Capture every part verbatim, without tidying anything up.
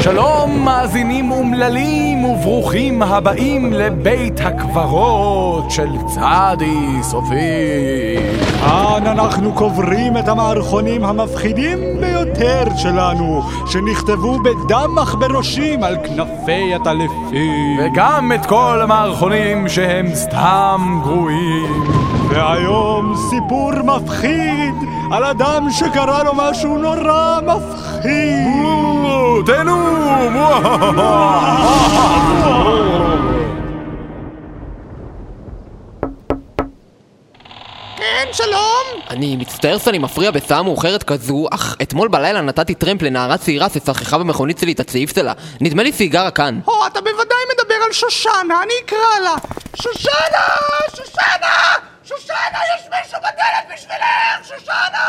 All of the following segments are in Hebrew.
שלום מאזינים אומללים וברוכים הבאים לבית הקברות של צדי סופי. כאן אנחנו קוברים את המערכונים המפחידים ביותר שלנו, שנכתבו בדמך בראשים על כנפי הטלפים, וגם את כל המערכונים שהם סתם גרועים. והיום סיפור מפחיד על אדם שקרה לו משהו נורא מפחיד. תנו! כן, שלום! אני מצטער שאני מפריע בשעה מאוחרת כזו, אך אתמול בלילה נתתי טרמפ לנערה צעירה ששכחה במכונית שלי את הצעיף שלה. נדמה לי שהיא גרה כאן. או, אתה בוודאי מדבר על שושנה, אני אקרא לה. שושנה! שושנה! שושנה! יש מישהו בדלת בשבילך! שושנה!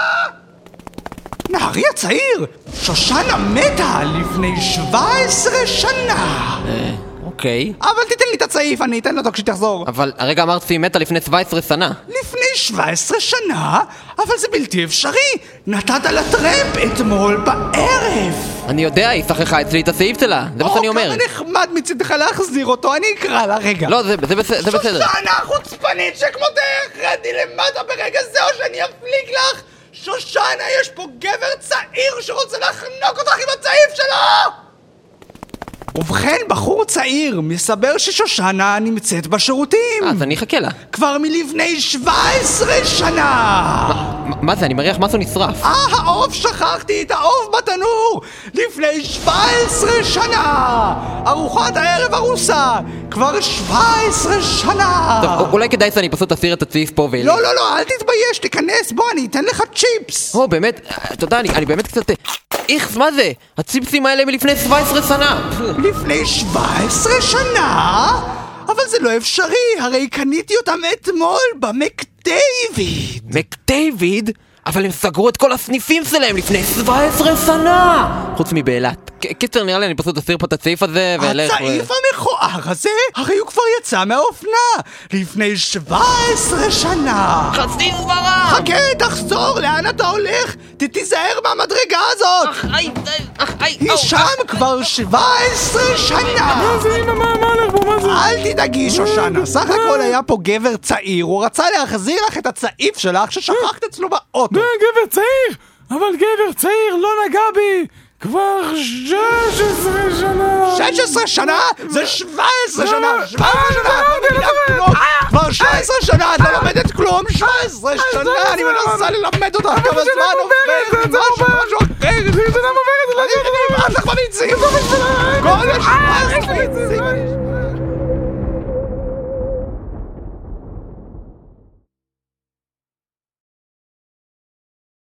נערי הצעיר! שושנה מתה לפני שבע עשרה שנה! אה, אוקיי. אבל תיתן לי את הצעיף, אני אתן לו כשהיא תחזור. אבל הרגע אמרת שהיא מתה לפני שבע עשרה שנה. לפני שבע עשרה שנה? אבל זה בלתי אפשרי! נתת לה טרמפ אתמול בערב! אני יודע, היא שכחה אצלי את הסעיף שלה, זה מה שאני אומר. או, כמה נחמד מצדך להחזיר אותו, אני אקרא לה רגע. לא, זה, זה, בסדר, זה בסדר. שושנה חוצפנית שכמותך, רדי למטה ברגע זה או שאני אפליג לך! שושנה, יש פה גבר צעיר שרוצה לחנוק אותך עם הצעיף שלו! ובכן, בחור צעיר, מסבר ששושנה נמצאת בשירותים. אז אני אחכה לה. כבר מלפני שבע עשרה שנה! מה, מה זה? אני מריח משהו נשרף. אה, העוף, שכחתי את העוף בתנור! לפני שבע עשרה שנה! ארוחת הערב הרוסה! כבר שבע עשרה שנה! טוב, אולי כדאי שאני פשוט אסיר את הצעיף פה ואלי. לא, לא, לא, אל תתבייש, תיכנס, בוא, אני אתן לך צ'יפס! או, באמת, תודה, אני, אני באמת קצת... איכס, מה זה? הציפסים האלה מלפני שבע עשרה שנה! לפני שבע עשרה שנה? אבל זה לא אפשרי, הרי קניתי אותם אתמול במקדייוויד. מקדייוויד? אבל הם סגרו את כל הסניפים שלהם לפני שבע עשרה שנה! חוץ מבאלת. קיצר, נראה לי אני פשוט אסיר פה את הצעיף הזה ואלך... הצעיף המכוער הזה? הרי הוא כבר יצא מהאופנה לפני שבע עשרה שנה. חצי סברה! חכה, תחזור, לאן אתה הולך? תיזהר מהמדרגה הזאת! אך, איי, אך, איי, היא שם כבר שבע עשרה שנה! מה זה, אמא, מה, מה הלך בו, מה זה? אל תדאגי, שושנה, סך הכל היה פה גבר צעיר, הוא רצה להחזיר לך את הצעיף שלך ששכחת אצלו באוטו. זה גבר צעיר! אבל גבר צעיר לא נגע בי! כבר שש עשרה שנה! שש עשרה שנה? זה שבע עשרה שנה! שבע עשרה שנה! את לא מבינה כלום! כבר שש עשרה שנה! את לא לומדת כלום! שבע עשרה שנה! אני מנסה ללמד אותך כמה זמן עובר! זה משהו משהו אחר! זה לא עוברת! אני נמאס לך במיצים! כל השבע עשרה מיצים!